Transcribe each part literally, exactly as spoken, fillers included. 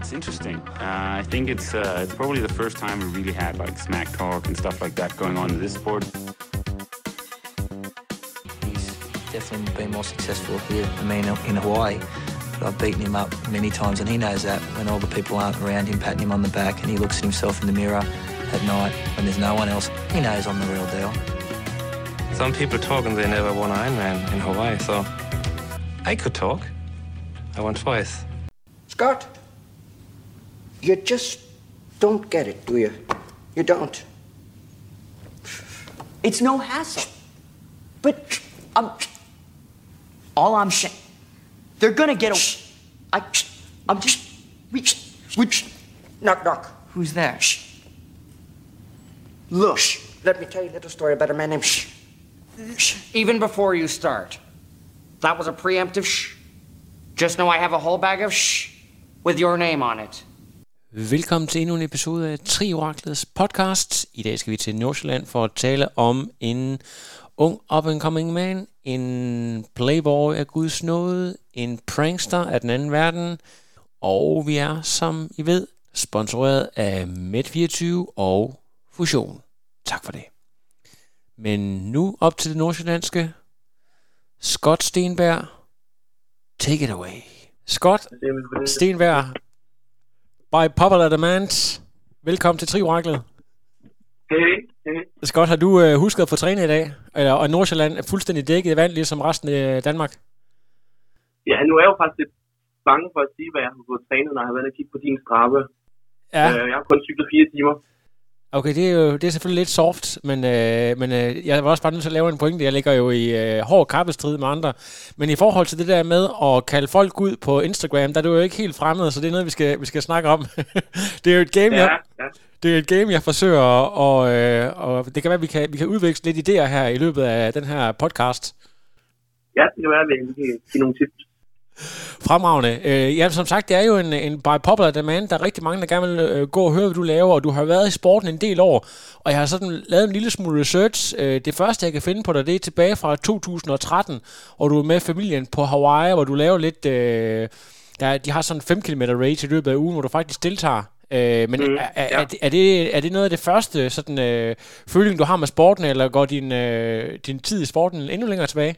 it's interesting. Uh, I think it's uh, it's probably the first time we really had like smack talk and stuff like that going on in this sport. He's definitely been more successful here than me in Hawaii. But I've beaten him up many times, and he knows that when all the people aren't around him patting him on the back and he looks at himself in the mirror at night when there's no one else, he knows I'm the real deal. Some people talk and they never won Ironman in Hawaii, so I could talk. I won twice. Scott, you just don't get it, do you? You don't. It's no hassle. But um, all I'm saying, they're gonna get a. I, I'm just. We, we, Knock, knock. Who's there? Look. Let me tell you a little story about a man named Shh. Even before you start, that was a preemptive shh. Just know I have a whole bag of shh with your name on it. Velkommen til endnu en episode af Trioraklets podcast. I dag skal vi til Nordsjælland for at tale om en ung up-and-coming man, en playboy af Guds nåde, en prankster af den anden verden, og vi er, som I ved, sponsoreret af Med fireogtyve og Fusion. Tak for det. Men nu op til det nordsjællandske. Scott Stenberg, take it away. Scott Stenberg, by popular demand, velkommen til Trioraklet. Hey, hey. Scott, har du øh, husket at få trænet i dag? Eller, og Nordsjælland er fuldstændig dækket i vand, ligesom resten af Danmark? Ja, nu er jeg jo faktisk lidt bange for at sige, hvad jeg har fået trænet, når jeg har været og kigge på din Strava. Ja. Øh, jeg har kun cyklet fire timer. Okay, det er jo det er selvfølgelig lidt soft, men, øh, men øh, jeg var også bare nødt til at lave en pointe. Jeg ligger jo i øh, hård kappestrid med andre. Men i forhold til det der med at kalde folk ud på Instagram, der er du jo ikke helt fremmed, så det er noget, vi skal, vi skal snakke om. Det er jo et game, ja, jeg, ja. det er et game, jeg forsøger, og, øh, og det kan være, at vi kan, vi kan udveksle lidt idéer her i løbet af den her podcast. Ja, det kan være, at vi kan give nogle tips. Fremragende. Øh, ja, som sagt, det er jo en, en by popular demand. Der er rigtig mange, der gerne vil øh, gå og høre, hvad du laver, og du har været i sporten en del år. Og jeg har sådan lavet en lille smule research. Øh, det første, jeg kan finde på dig, det er tilbage fra to tusind og tretten, og du er med familien på Hawaii, hvor du laver lidt... Øh, der, de har sådan fem kilometer race i løbet af ugen, hvor du faktisk deltager. Øh, men mm, er, er, ja. er, er, det, er det noget af det første sådan, øh, føling, du har med sporten, eller går din, øh, din tid i sporten endnu længere tilbage?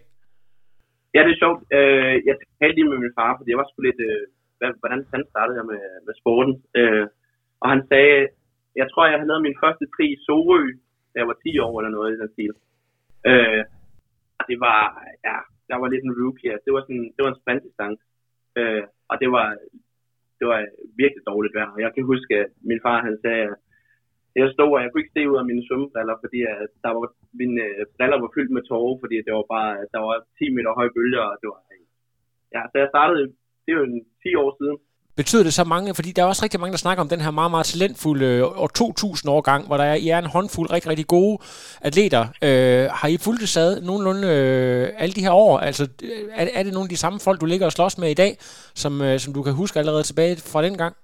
Ja, det er sjovt. Øh, jeg talte lige med min far, fordi jeg var sgu lidt, øh, hvordan han startede jeg med, med sporten. Øh, og han sagde, jeg tror, jeg havde min første tri i Sorø, da jeg var ti år eller noget i den stil. Øh, og det var, ja, jeg var lidt en rookie. Det var sådan, det var en sprintdistance. Øh, og det var, det var virkelig dårligt vejr. Og jeg kan huske, at min far, han sagde, at jeg stod, og jeg kunne ikke se ud af mine svømmebriller, fordi at der var, mine briller var fyldt med tårer, fordi det var bare, der var ti meter høje bølger, og det var, ja, så jeg startede, det er jo ti år siden. Betyder det så mange, fordi der er også rigtig mange, der snakker om den her meget, meget talentfulde år to tusind årgang, hvor der er, I er en håndfuld rigtig, rigtig gode atleter. Øh, har I fulgt det sad nogenlunde øh, alle de her år? Altså, er, er det nogle af de samme folk, du ligger og slås med i dag, som, øh, som du kan huske allerede tilbage fra den gang?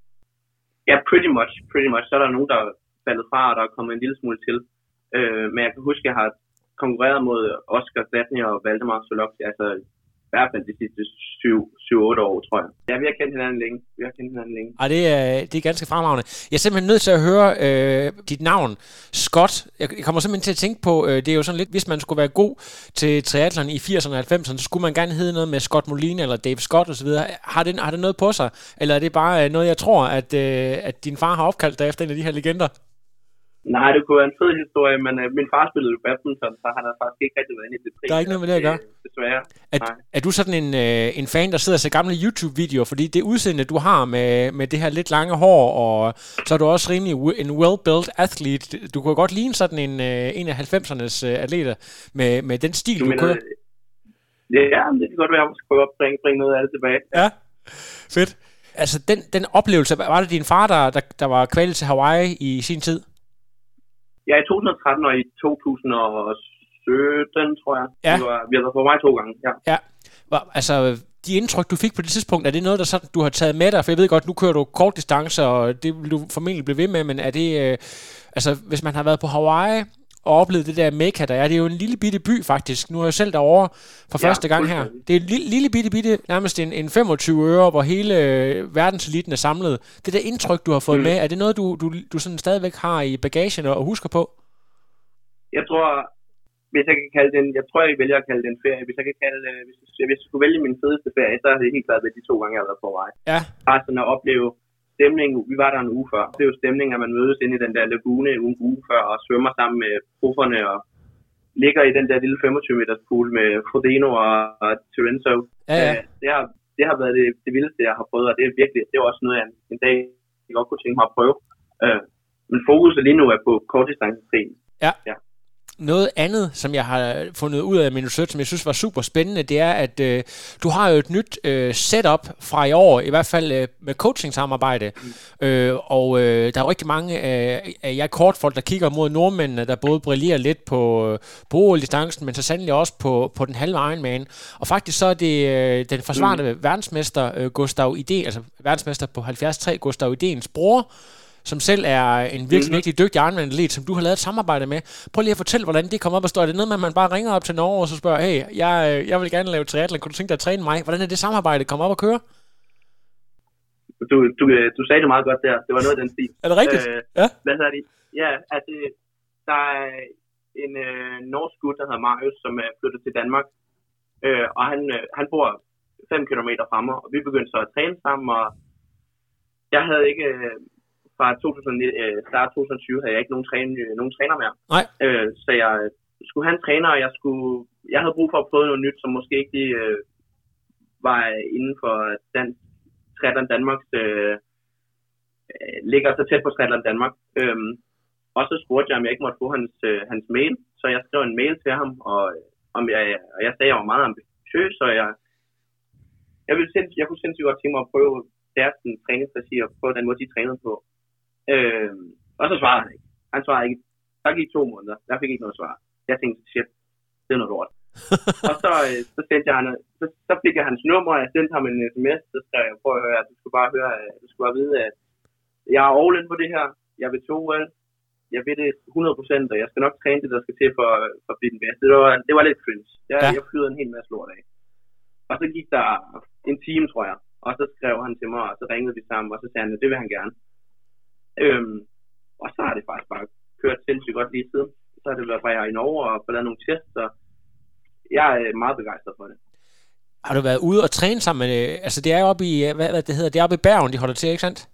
Ja, pretty much, pretty much. Så er der nogen, der er faldet fra, og der er kommet en lille smule til. Øh, men jeg kan huske, at jeg har konkurreret mod Oscar Zlatny og Valdemar Solokti, altså i hvert fald de sidste syv otte år, tror jeg. Ja, vi har kendt hinanden længe. Vi har kendt hinanden længe. Ej, det er, det er ganske fremragende. Jeg er simpelthen nødt til at høre øh, dit navn, Scott. Jeg kommer simpelthen til at tænke på, øh, det er jo sådan lidt, hvis man skulle være god til triathlon i firserne og halvfemserne, så skulle man gerne hedde noget med Scott Molina eller Dave Scott osv. Har det, har det noget på sig? Eller er det bare øh, noget, jeg tror, at, øh, at din far har opkaldt dig efter en af de her legender? Nej, det kunne være en fed historie, men øh, min far spillede jo badminton, så han har faktisk ikke rigtig været inde i det. Der er ikke noget med det at gøre? Øh, desværre. Er, er du sådan en, øh, en fan, der sidder og ser gamle YouTube-videoer? Fordi det udseende, du har med, med det her lidt lange hår, og så er du også rimelig en well-built athlete. Du kunne godt ligne sådan en, øh, en af halvfemsernes øh, atleter med, med den stil, du, du mener, kører. Ja, det kan godt være, at jeg skal godt bringe, bringe noget af det tilbage. Ja, fedt. Altså, den, den oplevelse, var det din far, der, der, der var kvalet til Hawaii i sin tid? Ja, i to tusind og tretten og i to tusind og sytten, tror jeg. Ja. Vi, var, vi har været på vej to gange, ja. Ja, altså de indtryk, du fik på det tidspunkt, er det noget, der sådan, du har taget med dig? For jeg ved godt, nu kører du kort distance, og det vil du formentlig blive ved med, men er det, øh, altså hvis man har været på Hawaii, og oplevet det der Mekka, der er. Det er jo en lille bitte by, faktisk. Nu er jeg selv derovre for ja, første gang her. Det er en lille, lille bitte bitte, nærmest en, en femogtyve øre, hvor hele øh, verdenseliten er samlet. Det der indtryk, du har fået mm. med, er det noget, du, du, du sådan stadigvæk har i bagagen og husker på? Jeg tror, hvis jeg kan kalde den, jeg tror, jeg vælger at kalde den ferie. Hvis jeg kan kalde, hvis jeg, hvis jeg skulle vælge min fedeste ferie, så er det helt klart ved de to gange, jeg har været på vej. Ja. Bare sådan at opleve stemningen. Vi var der en uge før. Det er jo stemningen, at man mødes inde i den der lagune en uge før og svømmer sammen med profferne og ligger i den der lille femogtyve meters pool med Frodeno og, og Terenzo. Ja, ja. Det har, det har været det, det vildeste, jeg har prøvet, og det er virkelig, det er også noget, jeg en, en dag, jeg godt kunne tænke mig at prøve. Uh, men fokuset lige nu er på kortdistancetræning. Ja. ja. Noget andet, som jeg har fundet ud af min research, som jeg synes var super spændende, det er, at øh, du har jo et nyt øh, setup fra i år, i hvert fald øh, med coaching-samarbejde. Mm. Øh, og øh, der er jo rigtig mange af, af jer kortfolk, der kigger mod nordmændene, der både brillerer lidt på, på O L-distancen, men så sandelig også på, på den halve Ironman. Og faktisk så er det øh, den forsvarende mm. verdensmester, øh, Gustav Idén, altså verdensmester på halvfjerds komma tre, Gustav Idéns bror, som selv er en virkelig, mm-hmm. virkelig dygtig Ironman-atlet, som du har lavet et samarbejde med. Prøv lige at fortælle, hvordan det kommer op og står. Er det noget med, at man bare ringer op til Norge og så spørger, hey, jeg, jeg vil gerne lave triathlon, kunne du tænke dig at træne mig? Hvordan er det samarbejde kommet op og køre? Du, du, du sagde det meget godt der. Det var noget af den stil. Er det rigtigt? Øh, ja. Hvad hedder det? Ja, altså, der er en øh, norsk gut, der hedder Marius, som er flyttet til Danmark. Øh, og han, øh, han bor fem kilometer fra mig, og vi begyndte så at træne sammen, og jeg havde ikke... Øh, fra to tusind, øh, start to tusind og tyve havde jeg ikke nogen, træne, øh, nogen træner mere. Nej. Øh, så jeg skulle have en træner, og jeg, skulle, jeg havde brug for at prøve noget nyt, som måske ikke lige, øh, var inden for Dan, Triathlon Danmarks, øh, ligger så tæt på Triathlon Danmark. Øh, og så spurgte jeg, om jeg ikke måtte få hans, øh, hans mail, så jeg skrev en mail til ham, og, om jeg, og jeg sagde, at jeg var meget ambitiøs, så jeg, jeg, ville sinds, jeg kunne sindssygt godt tænke mig at prøve deres træningsregi og prøve den måde, de trænede på. Øh, og så svarede han ikke. Han svarede ikke. Der gik to måneder. Jeg fik ikke noget svar. Jeg tænkte, shit, det er noget lort. og så, øh, så, sendte jeg, så, så fik jeg hans nummer, og jeg sendte ham en sms, så skrev jeg, prøv at høre, du skulle bare høre, du skulle bare vide, at jeg er all in på det her. Jeg vil to vel. Jeg ved det hundrede procent, og jeg skal nok træne det, der skal til for, for at blive den bedste. Det var, det var lidt cringe. Jeg, ja. jeg fyrede en hel masse lort af. Og så gik der en time, tror jeg. Og så skrev han til mig, og så ringede vi sammen, og så sagde han, at det vil han gerne. Øhm, og så har det faktisk bare kørt sindssygt godt lige siden. Så har det været bare i Norge og fået lavet nogle tests, og jeg er meget begejstret for det. Har du været ude og træne sammen med, altså det er oppe i, hvad, hvad det hedder, det er oppe i Bergen, de holder til, ikke sandt?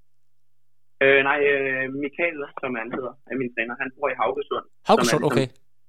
Øh, nej, øh, Michael, som han hedder, er min træner, han bor i Haugesund. Haugesund, ligesom, okay.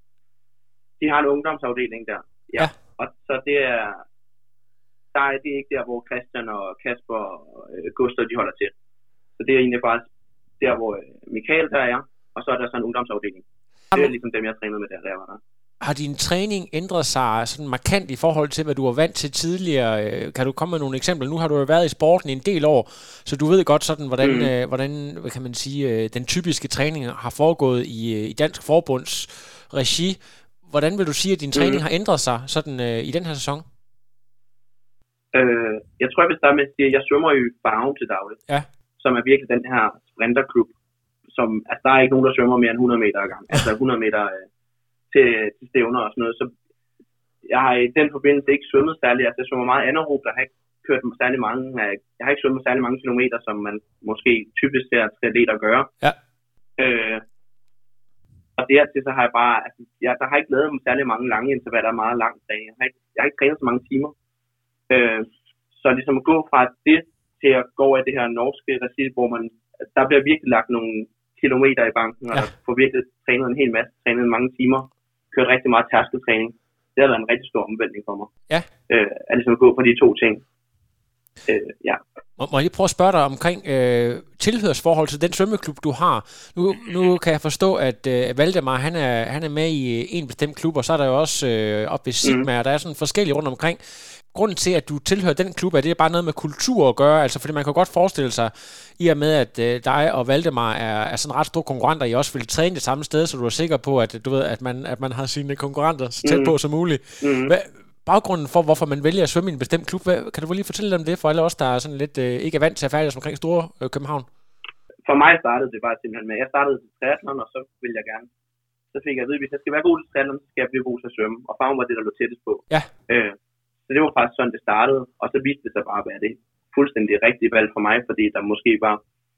De har en ungdomsafdeling der, ja. ja. Og så det er, der er det ikke der, hvor Christian og Kasper og øh, Gustav, de holder til. Så det er egentlig bare der, hvor Michael der er, og så er der sådan en ungdomsafdeling. Det er ligesom dem, jeg trænede med der, der var der. Har din træning ændret sig sådan markant i forhold til, hvad du var vant til tidligere? Kan du komme med nogle eksempler? Nu har du jo været i sporten i en del år, så du ved godt sådan, hvordan, mm. øh, hvordan hvad kan man sige, øh, den typiske træning har foregået i, i Dansk Forbunds regi. Hvordan vil du sige, at din træning mm. har ændret sig sådan øh, i den her sæson? Øh, jeg tror, jeg vil starte med at sige, at jeg svømmer i Farum til daglig. Ja. Som er virkelig den her sprinterklub, som, altså der er ikke nogen, der svømmer mere end hundrede meter ad gang, altså hundrede meter øh, til, til stævner og sådan noget, så jeg har i den forbindelse ikke svømmet særlig, altså jeg svømmer meget anaerob, der har ikke kørt særlig mange, jeg har ikke svømmet særlig mange kilometer, som man måske typisk ser triatleter gøre. Ja. Øh, og dertil så har jeg bare, altså jeg, der har ikke lavet særlig mange lange intervaller, meget langt dag, jeg har ikke, jeg har ikke trænet så mange timer, øh, så ligesom at gå fra det til at gå af det her norske regi, hvor man, der bliver virkelig lagt nogle kilometer i banken, og ja. der får virkelig trænet en hel masse, trænet mange timer, kørt rigtig meget tærskeltræning. Det har været en rigtig stor omvæltning for mig. Ja. Øh, at ligesom at gå fra de to ting. Øh, ja. Må, må jeg lige prøve at spørge dig omkring øh, tilhørsforhold til den svømmeklub, du har? Nu, nu kan jeg forstå, at øh, Valdemar, han er, han er med i en bestemt klub, og så er der jo også øh, oppe ved Sigma, mm. og der er sådan forskellige rundt omkring. Grunden til, at du tilhører den klub, er det bare noget med kultur at gøre? Altså, fordi man kan godt forestille sig, i og med, at øh, dig og Valdemar er, er sådan ret store konkurrenter, I også vil træne det samme sted, så du er sikker på, at du ved, at man, at man har sine konkurrenter så tæt mm. på som muligt. Mm. Hvad, baggrunden for, hvorfor man vælger at svømme i en bestemt klub, hvad, kan du lige fortælle dem det, for alle os, der er sådan lidt øh, ikke er vant til at færdiges omkring store øh, København? For mig startede det bare simpelthen med, jeg startede til triathlon, og så ville jeg gerne så fik jeg at vide, at hvis jeg skal være god til triathlon, så skal jeg blive god til at svømme. Og farven var det, der lå tættest på. Ja. Øh, så det var faktisk sådan, det startede. Og så viste det sig bare at være det fuldstændig rigtige valg for mig, fordi der måske var...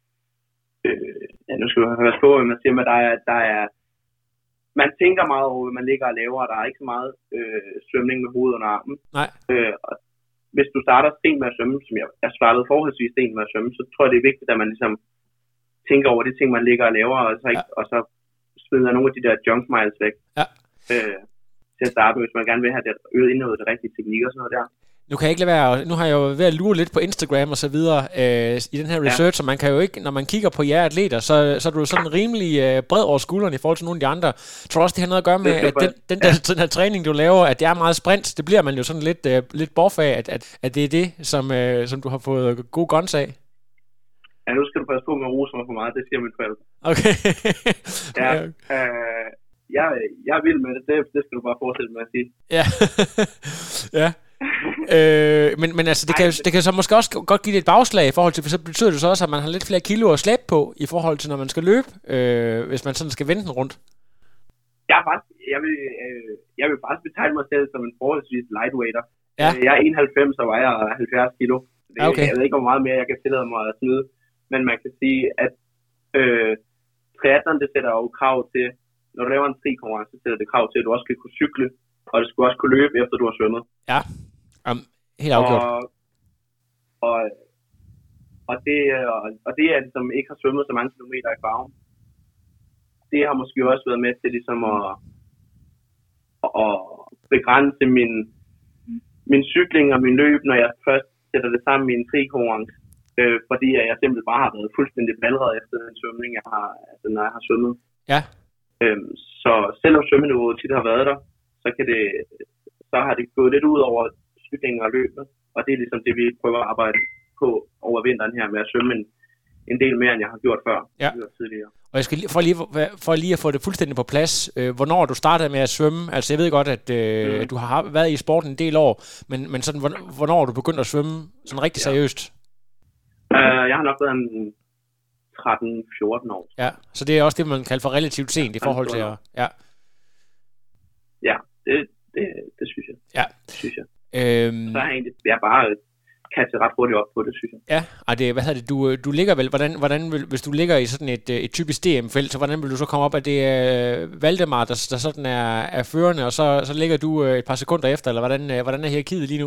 Øh, ja, nu skal jeg høre på, hvad man siger, men der er... Der er man tænker meget over, hvad man ligger og laver, og der er ikke så meget øh, svømning med hovedet under armen. Nej. Øh, og hvis du starter sent med at svømme, som jeg, jeg startede forholdsvis sent med at svømme, så tror jeg, det er vigtigt, at man ligesom tænker over de ting, man ligger og laver, og så, ikke, ja. og så smider nogle af de der junk miles væk. Ja. Øh, til at starte med, hvis man gerne vil have det øget indnået det rigtige teknik og sådan noget der. Nu kan jeg ikke lade være, nu har jeg jo været at lure lidt på Instagram og så videre øh, i den her research, ja. Og man kan jo ikke, når man kigger på jer atleter, så, så er du sådan rimelig øh, bred over skulderen i forhold til nogle af de andre. Jeg tror også, det har noget at gøre med, at den, den, der, den her træning, du laver, at det er meget sprint, det bliver man jo sådan lidt, øh, lidt borf af, at, at, at det er det, som, øh, som du har fået gode guns af. Ja, nu skal du passe på med at rose mig for meget, det siger mine forældre. Okay. ja, øh, jeg, jeg er vild med det, det, det skal du bare fortsætte med at sige. Ja, ja. øh, men, men altså, det kan, det kan så måske også godt give det et bagslag i forhold til, for så betyder det så også, at man har lidt flere kilo at slæbe på, i forhold til, når man skal løbe, øh, hvis man sådan skal vende den rundt. Jeg, er faktisk, jeg, vil, øh, jeg vil faktisk betegne mig selv som en forholdsvis lightweighter. Ja. Jeg er enoghalvfems, og vejer halvfjerds kilo. Det, okay. Jeg ved ikke, hvor meget mere jeg kan tillade mig at smide, men man kan sige, at øh, triathlon, det sætter jo krav til, når du laver en tri-konkurrence, så sætter det krav til, at du også skal kunne cykle, og du skal også kunne løbe, efter du har svømmet. Ja, um, helt afgjort. Og, og, og, det, og, og det er de, som ikke har svømmet så mange kilometer i farven. Det har måske også været med til ligesom at, at begrænse min, min cykling og min løb, når jeg først sætter det sammen i en tri-konkurrence. Øh, fordi jeg simpelthen bare har været fuldstændig baldret efter den svømning, jeg har, altså, når jeg har svømmet. Ja. Øhm, så selvom svømmeniveauet tit har været der, så, kan det, så har det gået lidt ud over cyklingen og løbet. Og det er ligesom det, vi prøver at arbejde på over vinteren her med at svømme en, en del mere, end jeg har gjort før. Ja. Tidligere. Og jeg skal lige, for, lige, for lige at få det fuldstændig på plads, øh, hvornår du startede med at svømme, altså jeg ved godt, at øh, mm. du har været i sporten en del år, men, men sådan, hvornår er du begyndt at svømme sådan rigtig seriøst? Ja. Uh, jeg har nok været en tretten fjorten år. Ja, så det er også det, man kalder for relativt sent i forhold til at... Ja, ja det, det, det synes jeg. Ja. Det synes jeg. Øhm, så har jeg egentlig jeg bare kastet ret hurtigt op på det, synes jeg. Ja, og det, hvad hedder det, du, du ligger vel, hvordan, hvordan vil, hvis du ligger i sådan et, et typisk D M-felt, så hvordan vil du så komme op, at det er Valdemar, der, der sådan er, er førende, og så, så ligger du et par sekunder efter, eller hvordan, hvordan er hierarkiet lige nu?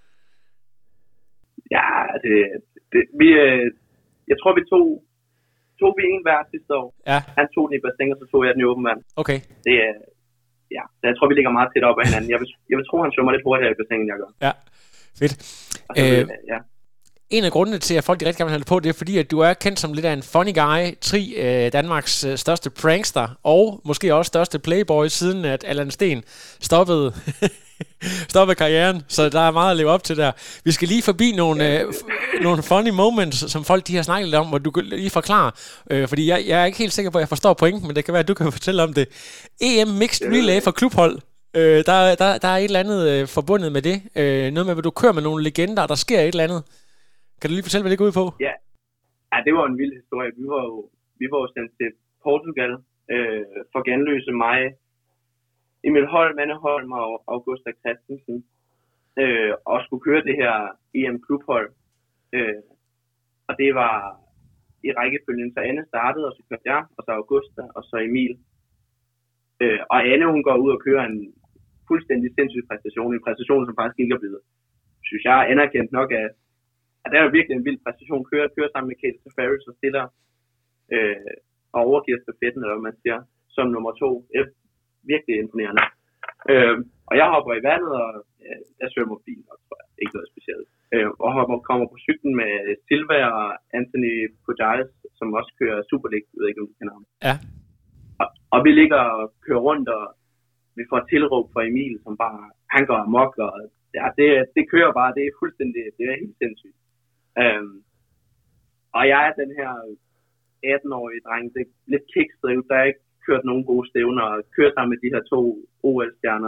Ja, det, det vi, jeg tror, vi tog, tog vi en hver sidste år. Ja. Han tog den i bassin, og så tog jeg den i åben vand. Okay. Det, ja, jeg tror, vi ligger meget tæt op af hinanden. Jeg vil, jeg vil tro, han svømmer lidt hurtigere i bassinet, end jeg gør. Ja, fedt. Så, øh, ja. En af grundene til, at folk de rigtig gerne vil have det på, det er fordi, at du er kendt som lidt af en funny guy, Tri, øh, Danmarks øh, største prankster, og måske også største playboy, siden at Allan Steen stoppede, stoppede karrieren, så der er meget at leve op til der. Vi skal lige forbi nogle, øh, f- nogle funny moments, som folk de har snakket lidt om, hvor du kan lige forklare, øh, fordi jeg, jeg er ikke helt sikker på, at jeg forstår pointen, men det kan være, at du kan fortælle om det. E M Mixed Relay for klubhold. Øh, der, der, der er et eller andet øh, forbundet med det. Øh, noget med, at du kører med nogle legender, der sker et eller andet. Kan du lige fortælle, hvad det går ud på? Ja, ja det var en vild historie. Vi var jo, vi var jo sendt til Portugal øh, for Ganløse, mig, Emil Holm, Anne Holm og Augusta Christensen øh, og skulle køre det her E M-klubhold. Øh, og det var i rækkefølgen, så Anne startede, og så kørte jeg, og så Augusta, og så Emil. Øh, og Anne, hun går ud og kører en fuldstændig sindssyg præstation, en præstation, som faktisk ikke er blevet, synes jeg, anerkendt nok af. Og det er jo virkelig en vild præstation. Kører, kører sammen med Kate Safaris og stiller øh, og overgiver stafetten, eller hvad man siger, som nummer to. Det er virkelig imponerende. Øh, og jeg hopper i vandet, og øh, jeg svømmer fint, og tror jeg, ikke noget specielt. Øh, og hopper, kommer på cyklen med Silva og Anthony Pujales, som også kører Super League. Jeg ved ikke, om du kender ham. Ja. Og, og vi ligger og kører rundt, og vi får tilråb fra Emil, som bare, han går amok, og ja, det, det kører bare, det er fuldstændig, det er helt sindssygt. Um, og jeg er den her atten-årige dreng, det er lidt kickstrevet, der er ikke kørt nogen gode stævner, og kørt sammen med de her to O L-stjerner.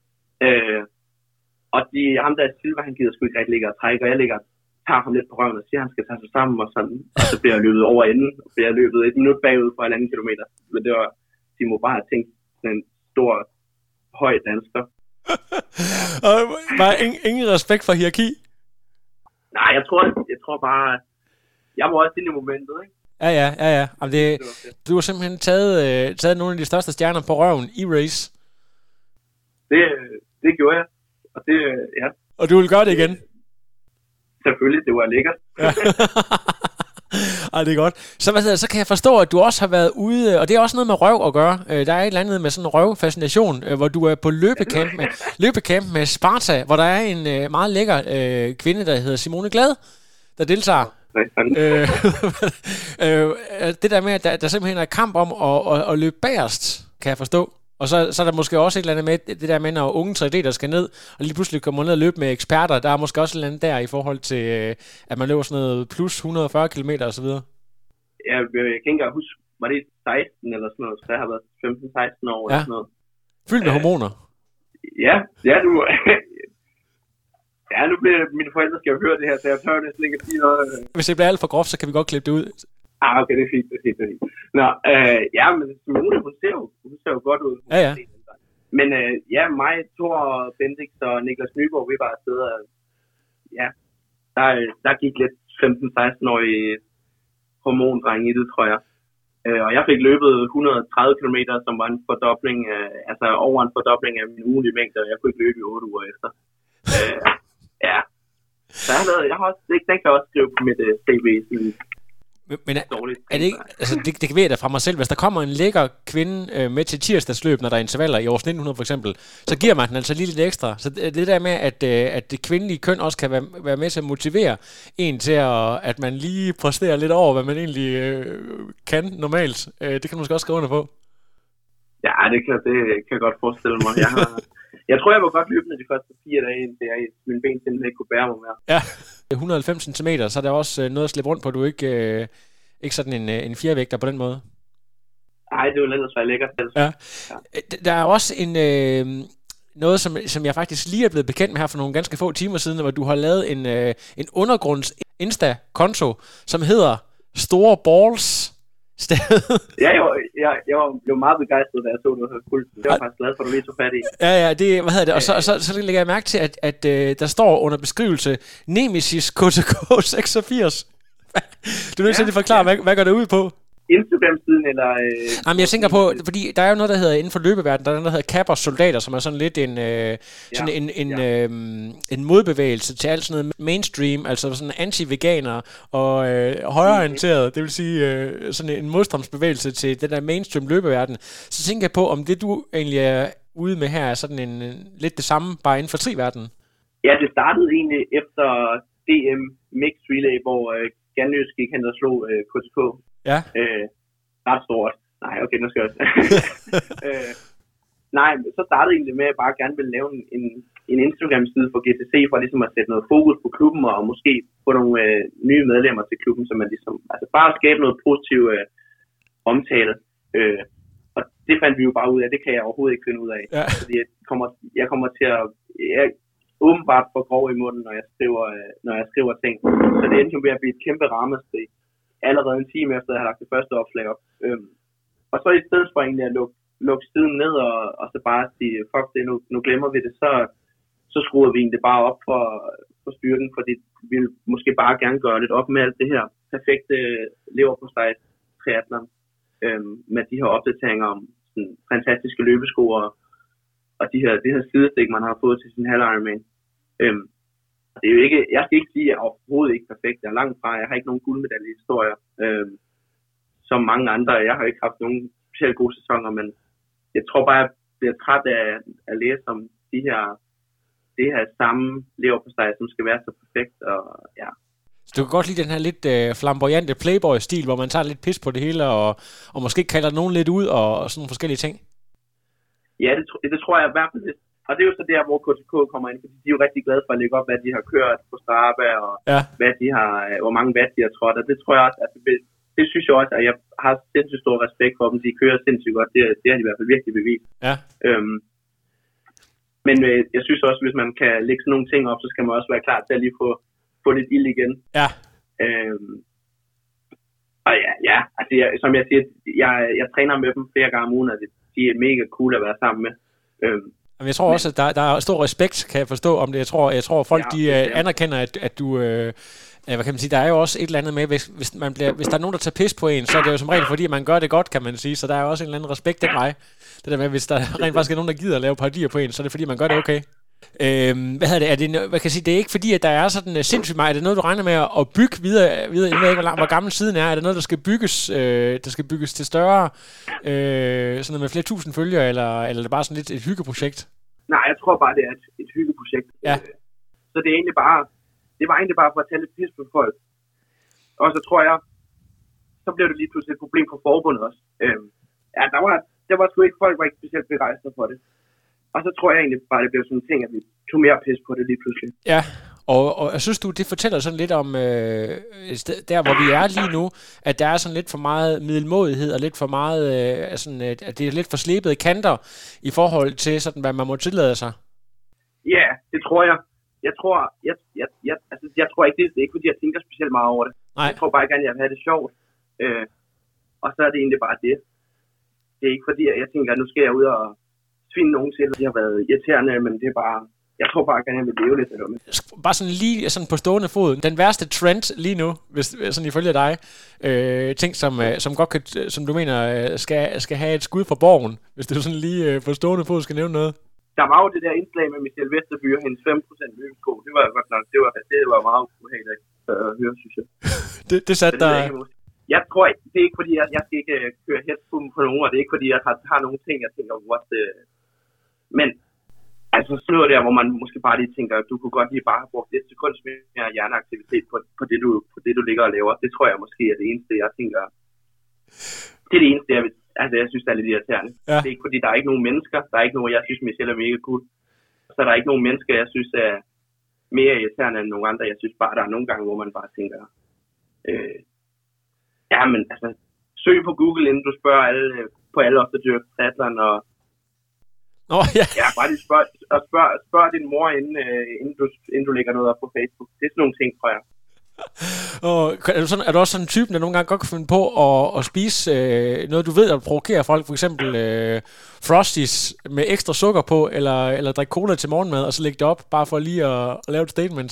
Uh, og de, ham der Silva, han gider sgu ikke rigtig ligge og trække, og jeg ligger, tager ham lidt på røven og siger, at han skal tage sig sammen, og sådan, og så bliver jeg løbet over enden, og bliver jeg løbet et minut bagud på en anden kilometer. Men det var, de må bare have tænkt, sådan en stor, høj dansker. Og bare ingen, ingen respekt for hierarki? Nej, jeg tror, jeg tror bare, jeg var også inde i momentet, ikke? Ja, ja, ja, ja. Jamen det, du har simpelthen taget, øh, taget nogle af de største stjerner på røven i race. Det, det gjorde jeg. Og det, ja. Og du vil gøre det igen? Selvfølgelig, det var lækkert. Ja. Ej, det er godt. Så, hvad hedder, så kan jeg forstå, at du også har været ude, og det er også noget med røv at gøre. Der er et eller andet med sådan en røvfascination, hvor du er på løbecamp med, løbecamp med Sparta, hvor der er en meget lækker øh, kvinde, der hedder Simone Glad, der deltager. øh, øh, det der med, at der, der simpelthen er kamp om at, at, at løbe bagerst, kan jeg forstå. Og så, så er der måske også et eller andet med, det der med, når unge tre D'er skal ned, og lige pludselig kommer ned og løbe med eksperter, der er måske også et eller andet der i forhold til, at man løber sådan noget plus et hundrede og fyrre kilometer og så videre. Ja, jeg kan ikke engang huske, var det seksten eller sådan noget, så jeg har været femten seksten år ja. Eller sådan noget. Fyldt med hormoner. Ja, ja, du... ja, nu bliver mine forældre skal jo høre det her, så jeg tør næsten ikke at sige noget. Hvis det bliver alt for groft, så kan vi godt klippe det ud. Ah, okay, det er fint, det er fint, det er fint. Nå, øh, ja, men Simone, hun ser jo, hun ser jo godt ud. Ja, ja. Men øh, ja, mig, Thor, Bendix og Niklas Nyborg, vi var afsted, og ja, der, der gik lidt femten seksten år i hormondreng i det, tror jeg. Øh, og jeg fik løbet et hundrede og tredive kilometer, som var en fordobling, øh, altså over en fordobling af min ugenlige mængde, og jeg kunne ikke løbe i otte uger efter. øh, ja, så jeg har, lavet, jeg har også, det, den kan jeg også skrive på mit uh, C V. Men, men er, er det ikke, altså det, det kan være fra mig selv, hvis der kommer en lækker kvinde øh, med til tirsdagsløb, når der er intervaller i års nitten hundrede for eksempel, så giver man den altså lige lidt ekstra. Så det, det der med, at, øh, at det kvindelige køn også kan være, være med til at motivere en til, at, at man lige præsterer lidt over, hvad man egentlig øh, kan normalt, øh, det kan du måske også skrive under på. Ja, det kan, det kan jeg godt forestille mig. Jeg, har, jeg tror, jeg var godt løbende de første fire dage, indtil jeg mine ben simpelthen ikke kunne bære mig mere. Ja, et hundrede og halvfems centimeter, så er der også noget at slippe rundt på, du ikke, øh, ikke sådan en, en fjervægter på den måde. Nej, det ville ellers være lækkert. Ja. Ja. Der er også en, øh, noget, som, som jeg faktisk lige er blevet bekendt med her for nogle ganske få timer siden, hvor du har lavet en, øh, en undergrunds Insta-konto, som hedder Store Balls. ja, jeg var, jeg, jeg var meget begejstret, da jeg så det her fuldt. Jeg var faktisk glad for, at du lige tog fat i. Ja, ja, det, hvad hedder det? Og så, så, så lægger jeg mærke til, at, at uh, der står under beskrivelse Nemesis K T K seksogfirs. Du er nødt til at forklare, ja. hvad, hvad går det ud på? Instagram-siden, eller... Øh, Jamen, jeg tænker på, fordi der er jo noget, der hedder inden for løbeverdenen, der er noget, der hedder Kappers Soldater, som er sådan lidt en, øh, sådan ja, en, en, ja. øh, en modbevægelse til alt sådan noget mainstream, altså sådan anti-veganer og øh, højreorienteret, det vil sige øh, sådan en modstrømsbevægelse til den der mainstream løbeverden. Så tænker jeg på, om det du egentlig er ude med her, er sådan en, en lidt det samme, bare inden for tri-verdenen. Ja, det startede egentlig efter D M Mixed Relay, hvor øh, Ganløs gik hen og slog øh, K T K. Ja. Øh, ret stort. Nej, okay, nu skal jeg også. øh, nej, så startede egentlig med, at jeg bare gerne ville lave en, en Instagram-side for G T C, for ligesom at sætte noget fokus på klubben, og måske få nogle øh, nye medlemmer til klubben, så man ligesom, altså bare at skabe noget positiv øh, omtale. Øh, og det fandt vi jo bare ud af, det kan jeg overhovedet ikke finde ud af. Ja. Fordi jeg kommer, jeg kommer til at, jeg åbenbart for grov i munden, når jeg skriver, øh, når jeg skriver ting. Så det endte jo ved at blive et kæmpe ramaskrig allerede en time efter, at jeg har lagt det første opslag op. Øhm, og så i stedet for egentlig at lukke, lukke siden ned, og, og så bare sige, fuck det, nu, nu glemmer vi det, så, så skruer vi egentlig bare op for, for styrken, fordi vi vil måske bare gerne gøre lidt op med alt det her perfekte leverpostej triathlon, øhm, med de her opdateringer om sådan, fantastiske løbesko, og, og de her, det her sidestik, man har fået til sin halv Ironman. Øhm, Det er jo ikke, jeg skal ikke sige, at jeg er overhovedet ikke perfekt. Jeg er langt fra. Jeg har ikke nogen guldmedaljehistorier, øh, som mange andre. Jeg har ikke haft nogen specielt gode sæsoner, men jeg tror bare, jeg bliver træt af at læse om de her, det her samme leverpostej, som skal være så perfekt. Og, ja. Så du kan godt lide den her lidt øh, flamboyante Playboy-stil, hvor man tager lidt pis på det hele, og, og måske kalder nogen lidt ud, og, og sådan nogle forskellige ting? Ja, det, det tror jeg i hvert fald. Og det er jo så der, hvor K T K kommer ind, fordi de er jo rigtig glade for at lægge op, hvad de har kørt på Strava, og ja. hvad de har, hvor mange watt de har trådt. Og det tror jeg også, altså, det, det synes jeg også, at jeg har sindssygt stor respekt for dem. De kører sindssygt godt. Det, det har de i hvert fald virkelig bevist. Ja. Øhm, men øh, jeg synes også, hvis man kan lægge sådan nogle ting op, så skal man også være klar til at lige få, få lidt ild igen. Ja. Øhm, og ja, ja altså, jeg, som jeg siger, jeg, jeg træner med dem flere gange om ugen, og det, de er mega cool at være sammen med. Øhm, Men jeg tror også, at der, der er stor respekt, kan jeg forstå om det. Jeg tror, jeg tror folk, Ja, de bestemt. uh, anerkender, at, at du... Uh, hvad kan man sige? Der er jo også et eller andet med, hvis, hvis, man bliver, hvis der er nogen, der tager pis på en, så er det jo som regel, fordi man gør det godt, kan man sige. Så der er jo også en eller anden respekt den vej. Det der med, hvis der rent faktisk er nogen, der gider at lave parodier på en, så er det fordi, man gør det okay. Øhm, hvad hedder det? Er det, hvad kan jeg sige? Det er ikke fordi, at der er sådan uh, sindssygt meget. Er det noget, du regner med at bygge videre? videre jeg ved ikke, hvor, lang, hvor gammel siden er. Er det noget, der skal bygges, øh, der skal bygges til større, øh, sådan noget med flere tusind følgere, eller, eller er det bare sådan lidt et hyggeprojekt? Nej, jeg tror bare, det er et, et hyggeprojekt. Ja. Så det er egentlig bare, det var egentlig bare for at tage lidt pis på folk. Og så tror jeg, så blev det lige pludselig et problem for forbundet også. Øhm, ja, der var, der var sgu ikke, folk var ikke specielt begejstrede for det. Og så tror jeg egentlig bare, det blev sådan en ting, at vi tog mere pis på det lige pludselig. Ja, og, og jeg synes du, det fortæller sådan lidt om, øh, der hvor vi er lige nu, at der er sådan lidt for meget middelmådighed, og lidt for meget, øh, sådan, at det er lidt for slebede kanter i forhold til, sådan, hvad man må tillade sig. Ja, det tror jeg. Jeg tror, jeg, jeg, jeg, altså, jeg tror ikke, det, det er ikke, fordi jeg tænker specielt meget over det. Nej. Jeg tror bare gerne, jeg vil have det sjovt. Øh, og så er det egentlig bare det. Det er ikke fordi, jeg tænker, at nu skal jeg ud og svinde nogen til, at de har været irriterende, men det er bare... Jeg tror bare gerne, jeg vil leve lidt af det. Bare sådan lige sådan på stående fod. Den værste trend lige nu, hvis, sådan ifølge dig, øh, ting som, øh, som godt kan, som du mener, skal, skal have et skud fra borgen, hvis du sådan lige øh, på stående fod skal nævne noget. Der var jo det der indslag med Michelle Vesterby og hendes fem procent løbesko. Det var godt nok, det var, det var meget ubehageligt at høre, synes jeg. det, det satte der... der... Jeg tror ikke, det er ikke fordi, jeg, jeg skal ikke køre hest på, på nogen, og det er ikke fordi, jeg har, har nogle ting, jeg tænker, what the... Men altså sådan noget der, hvor man måske bare lige tænker, at du kunne godt lige bare have brugt et sekund mere hjerneaktivitet på, på, det, du, på det, du ligger og laver. Det tror jeg måske er det eneste, jeg tænker. Det er det eneste, jeg vil... Altså, jeg synes, det er lidt irriterende. Ja. Det er ikke fordi, der er ikke nogen mennesker. Der er ikke nogen, jeg synes, Michelle er mega cool. Så der er ikke nogen mennesker, jeg synes er mere irriterende end nogen andre. Jeg synes bare, der er nogle gange, hvor man bare tænker... Øh, ja, men altså... Søg på Google, inden du spørger alle, på alle os, der dyrker triathlon, og... Oh, ja. Ja, bare lige spørg, og spørg, spørg din mor, inden, øh, inden, du, inden du lægger noget op på Facebook. Det er sådan nogle ting, tror jeg. Og er du, sådan, er du også sådan en type, der nogle gange godt kan finde på at, at spise øh, noget, du ved, at provokere folk? For eksempel øh, Frosties med ekstra sukker på, eller, eller drikke cola til morgenmad, og så lægge det op, bare for lige at, at lave et statement?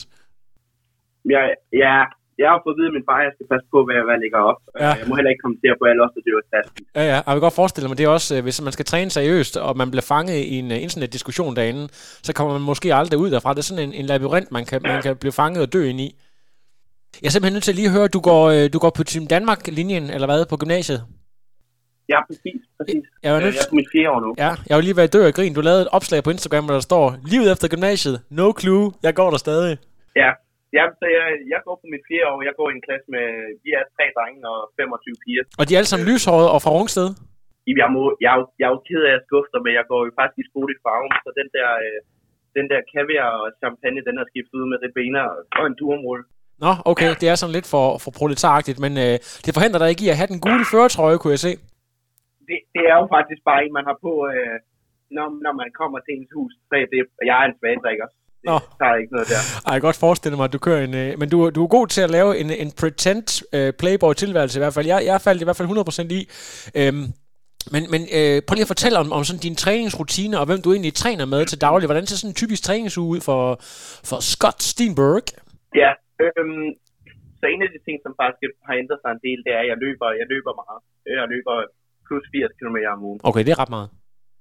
Ja, ja, jeg har fået at vide af min far, at jeg skal passe på, hvad jeg, hvad jeg lægger op. Ja. Jeg må heller ikke kommentere på alle os, der dyrker triathlon. Ja, ja, jeg vil godt forestille mig, det er også, hvis man skal træne seriøst, og man bliver fanget i en uh, internetdiskussion derinde, så kommer man måske aldrig ud derfra. Det er sådan en, en labyrint, man kan, man kan blive fanget og dø ind i. Jeg er simpelthen nødt til at lige høre, du går, du går på Team Danmark-linjen, eller hvad, på gymnasiet? Ja, præcis, præcis. Jeg er, nødt... jeg er på mit fjerde år nu. Ja, jeg vil lige være død og grin. Du lavede et opslag på Instagram, hvor der står, livet efter gymnasiet, no clue, jeg går der stadig. Ja, ja så jeg, jeg går på mit fjerde år, jeg går i en klasse med, vi er tre drenge og femogtyve piger. Og de er alle sammen lyshårede og fra Rungsted? Jeg, må, jeg, er jo, jeg er jo ked af at skuffe dig, men jeg går jo faktisk i skole i Farum, så den der, øh, den der kaviar og champagne, den er skiftet ud med ribena og en durumrulle. Nå, okay, det er sådan lidt for, for proletaragtigt, men øh, det forhindrer dig ikke i at have den gule førertrøje, kunne jeg se. Det, det er jo faktisk bare en, man har på, øh, når, når man kommer til ens hus. Så det, jeg er en svagdrikker. Det Nå. tager ikke noget der. Ej, jeg kan godt forestille mig, at du kører en... Øh, men du, du er god til at lave en, en pretend øh, playboy-tilværelse i hvert fald. Jeg, jeg faldt i hvert fald hundrede procent i. Øhm, men men øh, prøv lige at fortælle om, om sådan din træningsrutine, og hvem du egentlig træner med til daglig. Hvordan ser sådan en typisk træningsuge ud for, for Scott Steenberg? Ja, øhm, så en af de ting, som faktisk har ændret sig en del, det er, at jeg løber, jeg løber meget. Jeg løber plus firs kilometer om ugen. Okay, det er ret meget.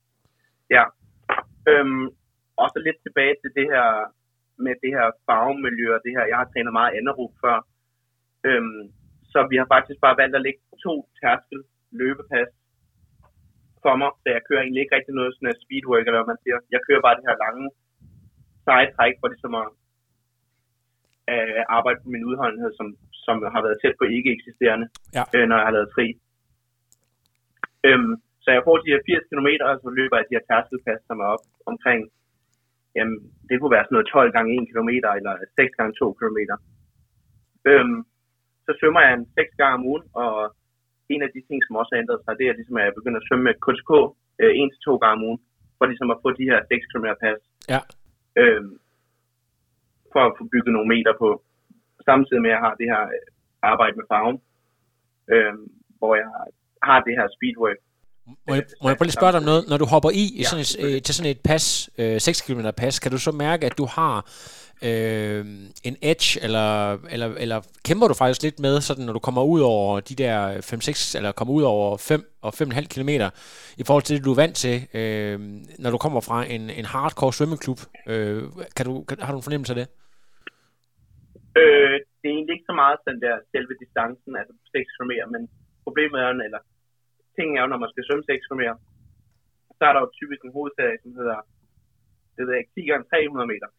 Ja. Øhm, og så lidt tilbage til det her, med det her farvemiljø og det her, jeg har trænet meget anaerob før. Øhm, så vi har faktisk bare valgt at lægge to tærskel løbepas for mig, så jeg kører egentlig ikke rigtig noget sådan en speedwork, eller hvad man siger. Jeg kører bare det her lange seje træk, for ligesom at øh, arbejde på min udholdenhed, som, som har været tæt på ikke eksisterende, ja. øh, når jeg har lavet fri. Øhm, så jeg får de her firs kilometer, og så løber jeg de her tærskelpas, som er op omkring, jamen, det kunne være sådan noget tolv gange en kilometer, eller seks gange to kilometer. Øhm, så svømmer jeg en seks gange om ugen, og en af de ting, som også har ændret sig, det er ligesom, at jeg begynder at svømme med K T K øh, en til to gange om ugen, for ligesom at få de her seks kilometer pas. Ja. Øhm, for at få bygget nogle meter på. Samtidig med, at jeg har det her arbejde med farven, øhm, hvor jeg har det her speedwork. Må jeg, må jeg bare lige spørge dig om noget? Når du hopper i ja, sådan et, øh, til sådan et pas, øh, seks kilometer pas, kan du så mærke, at du har øh, en edge, eller, eller, eller kæmper du faktisk lidt med, sådan når du kommer ud over de der fem seks, eller kommer ud over fem og fem komma fem kilometer, i forhold til det, du er vant til, øh, når du kommer fra en, en hardcore svømmeklub? Øh, kan du, kan, har du en fornemmelse af det? Øh, det er egentlig ikke så meget den der selve distancen, altså seks kilometer, men problemet er, eller tingen er jo, når man skal svømme seks kilometer, så er der jo typisk en hovedserie, som hedder, det ved jeg ikke, ti gange tre hundrede meter.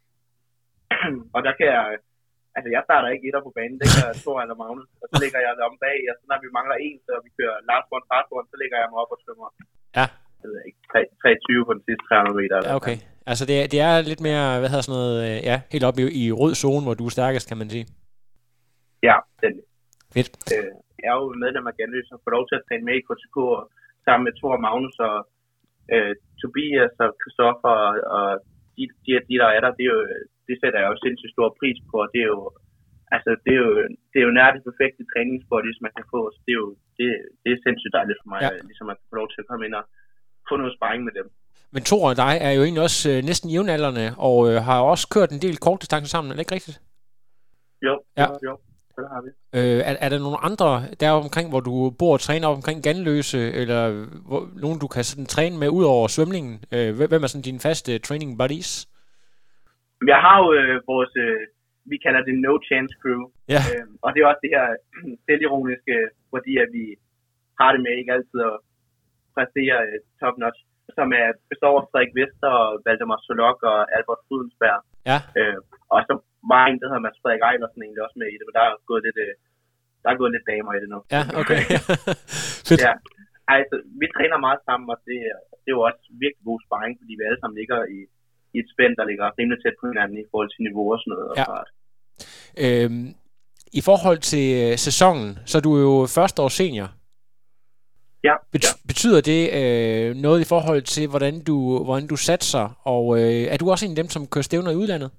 Og der kan jeg, altså jeg starter ikke etter på banen, det gør Thor eller Magnus, og så lægger jeg det om bag, og så når vi mangler en, så vi kører last one, fast one, så lægger jeg mig op og svømmer. Ja. Det ved jeg ikke, tre tyve på den sidste tre hundrede meter. Ja, okay. Altså det er, det er lidt mere, hvad hedder sådan noget, ja, helt oppe i, i rød zone, hvor du er stærkest, kan man sige. Ja, den. Fedt. Øh, jeg er jo medlem af Ganløs og får lov til at træne med i K T K sammen med Thor, Magnus og øh, Tobias og Christoffer og, og de, de, de, der er der, det, er jo, det sætter jeg jo sindssygt stor pris på, og det er jo, altså, det er jo, det er jo nær det perfekte træningsbody, som man kan få, så det er jo det, det er sindssygt dejligt for mig, ja. Ligesom at få lov til at komme ind og få noget sparring med dem. Men Thor og dig er jo egentlig også øh, næsten jævnaldrende, og øh, har også kørt en del kortdistance sammen, er det ikke rigtigt? Jo, ja. jo, jo. Det har vi. Øh, er, er der nogle andre der omkring, hvor du bor og træner omkring Ganløse, eller hvor, nogen, du kan sådan træne med ud over svømningen? Øh, hvem er sådan dine faste training buddies? Jeg har jo øh, vores, øh, vi kalder det No Chance Crew, ja. øh, og det er også det her selvironiske, fordi at vi har det med ikke altid at præstere øh, top notch, som er består af Frederik Vester og Valdemar Solok og Albert Frydensberg. Ja. Øh, og så var en, der hedder Mads Frederik Eilersen egentlig også med i det, men der er gået lidt, øh, der er gået lidt damer i det nu. Ja, okay. Ja. Altså, vi træner meget sammen, og det, det er jo også virkelig god sparring, fordi vi alle sammen ligger i, i et spænd, der ligger rimelig tæt på hinanden i forhold til niveau og sådan noget. Ja. Øhm, I forhold til øh, sæsonen, så er du jo første år senior. Ja, Bet- ja. Betyder det øh, noget i forhold til, hvordan du, hvordan du satser, og øh, er du også en af dem, som kører stævner i udlandet?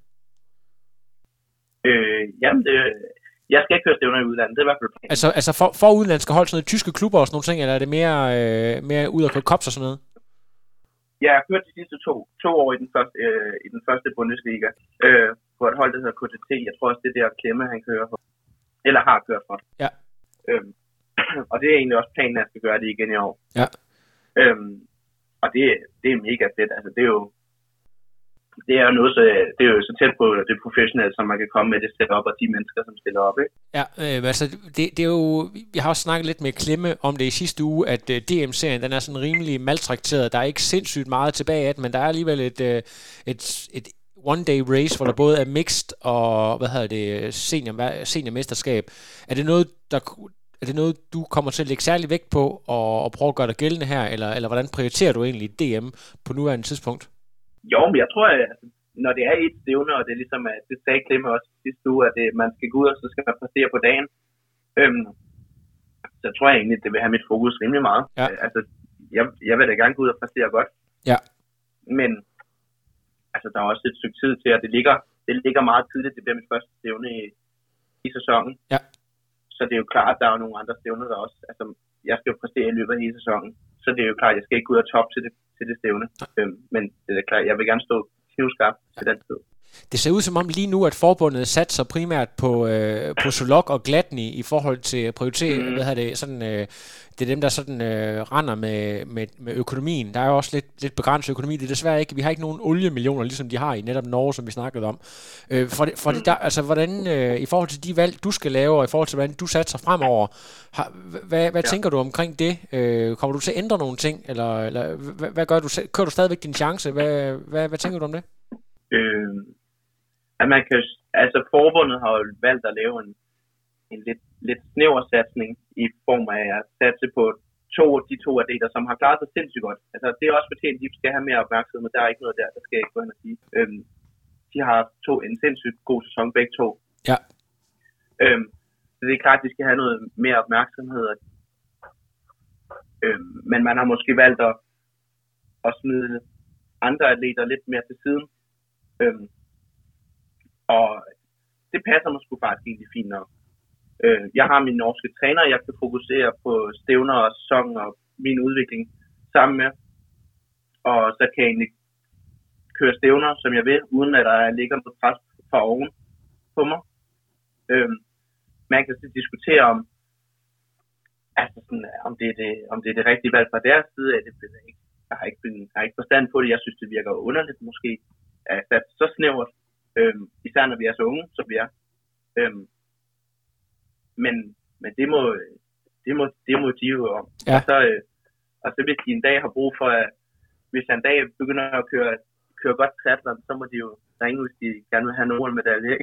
Øh, jamen, det, jeg skal ikke køre stævner i udlandet, det er i hvert fald planen. Altså, altså for, for udlandske hold, sådan noget tyske klubber og sådan nogle ting, eller er det mere, øh, mere ud at køre kops og sådan noget? Ja, jeg har kørt de sidste to, to år i den første, øh, i den første Bundesliga, øh, på et hold, der hedder K T T. Jeg tror også, det er der Klemme, han kører for. Eller har kørt for. Ja. Øhm, og det er egentlig også planen, at jeg skal gøre det igen i år. Ja. Øhm, og det, det er mega fedt. Altså, det er jo det er jo noget, så, det er jo så tæt på det professionelle, som man kan komme med det setup og de mennesker, som stiller op, ikke? Ja, øh, altså, det, det er jo, jeg har også snakket lidt med Klemme om det i sidste uge, at uh, D M-serien, den er sådan rimelig maltrakteret. Der er ikke sindssygt meget tilbage af den, men der er alligevel et, uh, et, et one-day race, hvor der både er mixed og, hvad hedder det, senior, seniormesterskab. Er det noget, der, er det noget, du kommer til at lægge særlig vægt på og, og prøve at gøre dig gældende her, eller, eller hvordan prioriterer du egentlig D M på nuværende tidspunkt? Jo, men jeg tror, at når det er et stævne, og det er ligesom, at det sagde Klemme også sidste uge, at det, man skal gå ud, og så skal man præstere på dagen, øhm, så tror jeg egentlig, at det vil have mit fokus rimelig meget. Ja. Altså, jeg, jeg vil da gerne gå ud og præstere godt. Ja. Men altså, der er også et stykke tid til, at det ligger, det ligger meget tidligt, det bliver mit første stævne i, i sæsonen. Ja. Så det er jo klart, at der er nogle andre stævner, der også, altså, jeg skal jo præstere i løbet af hele sæsonen. Så det er jo klart, at jeg skal ikke gå ud og top til det, til det stævne. Øhm, men det er klart, jeg vil gerne stå knivskarp til den tid. Det ser ud som om lige nu, at forbundet satser primært på, øh, på Solok og Gladny i forhold til at prioritere, mm. hvad hedder det, sådan, øh, det er dem, der sådan øh, render med, med, med økonomien. Der er jo også lidt, lidt begrænset økonomi. Det er desværre ikke, vi har ikke nogen oliemillioner, ligesom de har i netop Norge, som vi snakkede om. Øh, for det, for det der, altså, hvordan, øh, i forhold til de valg, du skal lave, og i forhold til, hvordan du satser fremover, har, hvad, hvad ja. tænker du omkring det? Øh, kommer du til at ændre nogle ting, eller, eller hvad, hvad gør du? Kører du stadigvæk din chance? Hvad, hvad, hvad tænker du om det? Øh, at man kan, altså forbundet har jo valgt at lave en, en lidt, lidt snæver satsning i form af at satse på to af de to atleter, som har klaret sig sindssygt godt. Altså det er også fortjent, at de skal have mere opmærksomhed, men der er ikke noget der, der skal jeg ikke gå ind og sige. Øhm, de har to en sindssygt god sæson begge to. Ja. Øhm, så det er klart, at de skal have noget mere opmærksomhed. Øhm, men man har måske valgt at, at smide andre atleter lidt mere til siden. Øhm, og det passer mig sgu faktisk egentlig fint nok. Øh, jeg har min norske træner, jeg kan fokusere på stævner og sæson og min udvikling. sammen med. Og så kan jeg egentlig køre stævner, som jeg vil, uden at der ligger noget pres fra oven på mig. Øhm, man kan så diskutere om, altså sådan, om, det er det, om det er det rigtige valg fra deres side af det. Jeg har ikke, jeg har ikke forstand på det. Jeg synes, det virker underligt måske, at det er så snævert. Øhm, især når vi er så unge, som vi er. Øhm, men, men det må, det må, det må de jo om. Ja. Og, så, øh, og så hvis de en dag har brug for, at hvis jeg en dag begynder at køre, køre godt triathlon, så må de jo ringe, hvis de gerne vil have nogen medalje.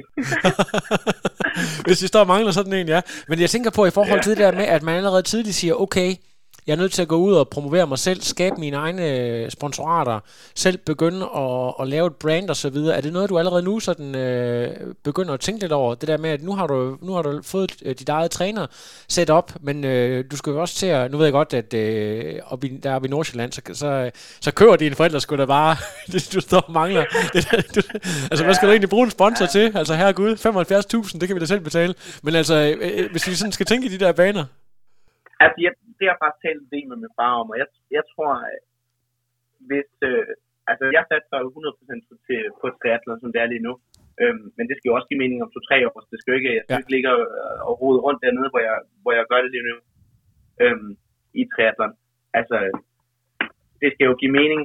Hvis de står og mangler sådan en, ja. Men jeg tænker på i forhold til ja. det der med, at man allerede tidligt siger, okay, jeg er nødt til at gå ud og promovere mig selv, skabe mine egne sponsorater, selv begynde at, at lave et brand og så videre. Er det noget, du allerede nu sådan, øh, begynder at tænke lidt over? Det der med, at nu har du, nu har du fået øh, dit eget træner set op, men øh, du skal jo også til at, nu ved jeg godt, at øh, op i, der oppe i Nordsjælland, så, så, så kører dine forældre sgu da bare, du står og mangler. Det der, du, altså, hvad skal du egentlig bruge en sponsor til? Altså, herregud, femoghalvfjerds tusind, det kan vi da selv betale. Men altså, øh, hvis vi sådan skal tænke i de der baner. Altså, jeg, det har jeg faktisk talt en del med min far om, og jeg, jeg tror, at hvis, øh, altså jeg satser jo hundrede procent til, på triathlon, som det er lige nu, øhm, men det skal jo også give mening om to-tre år, så det skal jo ikke, jeg skal ja. ikke ligge og, og rode rundt dernede, hvor jeg, hvor jeg gør det lige nu, øhm, i triathlon. Altså, det skal jo give mening,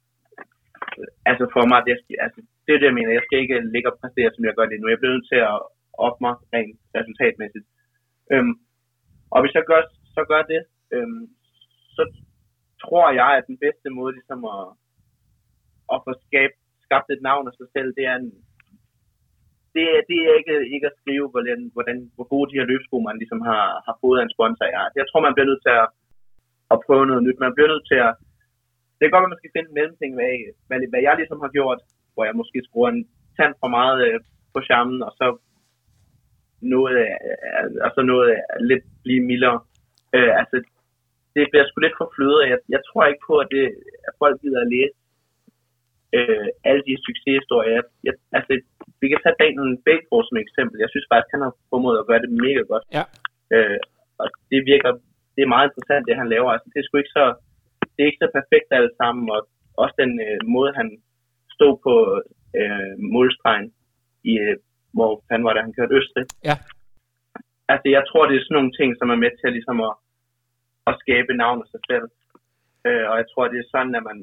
altså for mig, det, skal, altså, det er det, jeg mener, jeg skal ikke ligge og præstere, som jeg gør lige nu, jeg bliver nødt til at op mig rent resultatmæssigt. Øhm, og hvis jeg gør så gør det, øhm, så tror jeg, at den bedste måde ligesom at, at få skab, skabt et navn af sig selv, det er, en, det, det er ikke, ikke at skrive, hvordan, hvordan, hvor gode de her løbsko, man ligesom har, har fået af en sponsor. Ja. Jeg tror, man bliver nødt til at, at prøve noget nyt. Man bliver nødt til at, det er godt, at man skal finde en mellemting, hvad, hvad, hvad jeg ligesom har gjort, hvor jeg måske skruer en tand for meget øh, på skærmen, og så noget, øh, og så noget øh, lidt blive mildere. Øh, altså, det bliver sgu lidt for flødet. Jeg, jeg tror ikke på, at, det, at folk gider at læse øh, alle de succeshistorier. Jeg, jeg, altså, vi kan tage Daniel Bækgaard som eksempel. Jeg synes faktisk, han har formået at gøre det mega godt. Ja. Øh, og det virker, det er meget interessant, det han laver. Altså, det er sgu ikke så, det er ikke så perfekt alle sammen. Og også den øh, måde, han stod på øh, målstregen i, øh, hvor han var, da han kørte Østrig. Ja. Altså, jeg tror, det er sådan nogle ting, som er med til ligesom at, at skabe navn af sig selv. Øh, og jeg tror, det er sådan, at man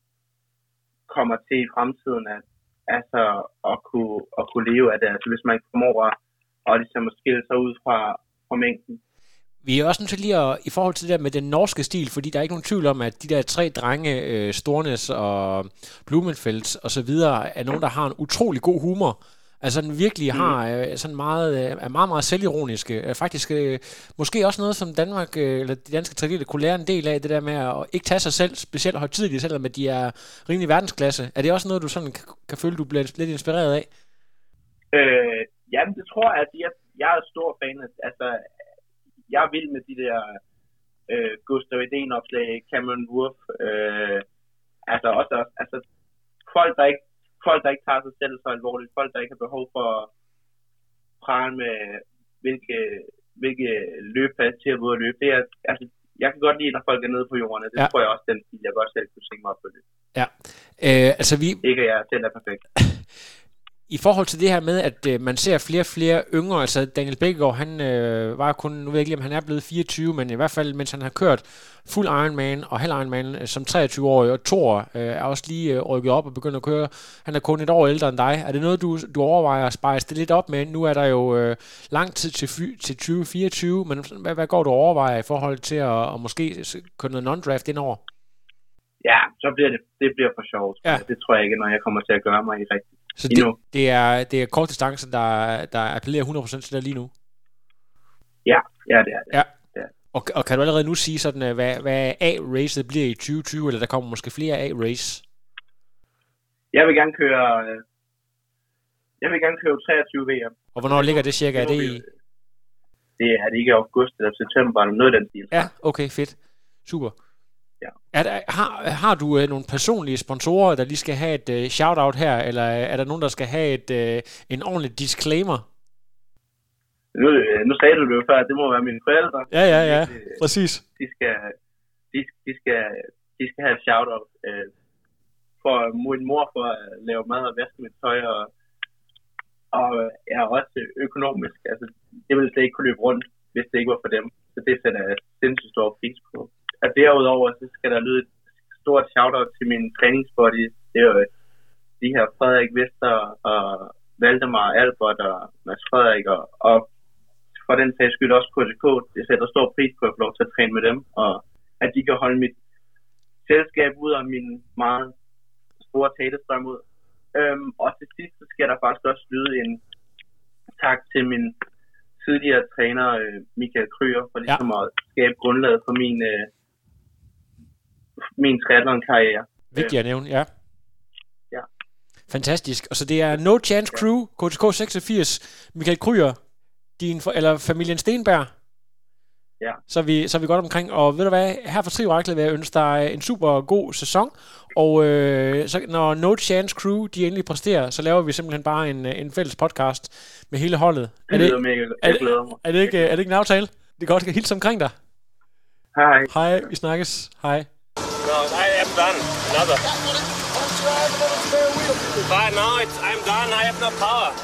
kommer til i fremtiden, at, altså, at, kunne, at kunne leve af det. Altså, hvis man formår at, at ligesom at skille sig ud fra, fra mængden. Vi er også nødt til lige at, i forhold til det der med den norske stil, fordi der er ikke nogen tvivl om, at de der tre drenge, øh, Stornes og Blumenfeldt og så videre, er nogen, der har en utrolig god humor. Altså den virkelig har øh, sådan meget, øh, er meget, meget selvironiske. Øh, faktisk øh, måske også noget, som Danmark, øh, eller de danske triatleter kunne lære en del af, det der med at ikke tage sig selv specielt højtideligt, selvom at de er rimelig verdensklasse. Er det også noget, du sådan kan, kan føle, du bliver lidt inspireret af? Øh, jamen, det tror jeg, at jeg, jeg er stor fan af, altså, jeg er vild med de der øh, Gustav Iden-opslag, Cameron Wurf, øh, altså også, altså, folk, der ikke folk, der ikke tager sig selv så alvorligt, folk, der ikke har behov for at prale med, hvilke, hvilke løbeplads til at ud og løbe. Det er, altså, jeg kan godt lide, når folk er nede på jorden, og det ja. tror jeg også, den stil, jeg godt selv kunne tænke mig at følge. Ja, øh, altså vi... Ikke at jeg selv er perfekt. I forhold til det her med, at øh, man ser flere og flere yngre, altså Daniel Bækgaard, han øh, var kun, nu ved jeg ikke, om han er blevet fireogtyve, men i hvert fald, mens han har kørt fuld Ironman og halv Ironman øh, som treogtyve-årig, og Thor øh, er også lige øh, rykket op og begyndt at køre. Han er kun et år ældre end dig. Er det noget, du, du overvejer at spejse det lidt op med? Nu er der jo øh, lang tid til, til tyve fireogtyve, men hvad, hvad går du overvejer i forhold til at, at måske køre noget non-draft indover? Ja, så bliver det, det bliver for sjovt. Ja. Det tror jeg ikke, når jeg kommer til at gøre mig i rigtigt. Så det, det er det er kort distance, der, der appellerer hundrede procent til dig lige nu? Ja, ja det er det. Ja. det, er det. Og, og kan du allerede nu sige, sådan, hvad, hvad A-racet bliver i tyve tyve, eller der kommer måske flere A-race? Jeg vil gerne køre jeg vil gerne køre treogtyve V M. Og hvornår ligger det cirka? Er det i? Det er det ikke i august eller september, eller noget af den stil. Ja, okay, fedt. Super. Ja. Er der, har, har du øh, nogle personlige sponsorer, der lige skal have et øh, shout-out her, eller er der nogen, der skal have et, øh, en ordentlig disclaimer? Nu, nu sagde du det jo før, at det må være mine forældre. Ja, ja, ja, de, præcis. De skal, de, de skal, de skal have et shout-out øh, for min mor for at lave mad og vaske mit tøj, og, og ja, også økonomisk. Altså, det ville slet ikke kunne løbe rundt, hvis det ikke var for dem. Så det sætter jeg sindssygt stor pris på. Og derudover, så skal der lyde et stort shout-out til min træningsbody. Det er jo de her Frederik Vester og Valdemar Albert og Mads Frederik og, og for den sags skyld også K T K. Jeg sætter stor pris på at få lov til at træne med dem, og at de kan holde mit selskab ud af min meget store talestrøm ud. Øhm, og til sidst så skal der faktisk også lyde en tak til min tidligere træner Michael Kryer for ligesom ja. at skabe grundlaget for min øh, min triathlon-karriere. Vigtigt at nævne, ja. Ja. Fantastisk. Og så det er No Chance Crew, K T K seksogfirs, Michael Kryer, din for, eller familien Stenberg. Ja. Så er, vi, så er vi godt omkring. Og ved du hvad, her fra Trioraklet vil jeg ønske dig en super god sæson. Og øh, så når No Chance Crew, de endelig præsterer, så laver vi simpelthen bare en, en fælles podcast med hele holdet. Det lyder mega godt. Jeg glæder mig. Er det, ikke, er det ikke en aftale? Det er godt, at hilse omkring dig. Hej. Hej, vi snakkes. Hej. No, I am done. Another. But no, it's, I'm done. I have no power.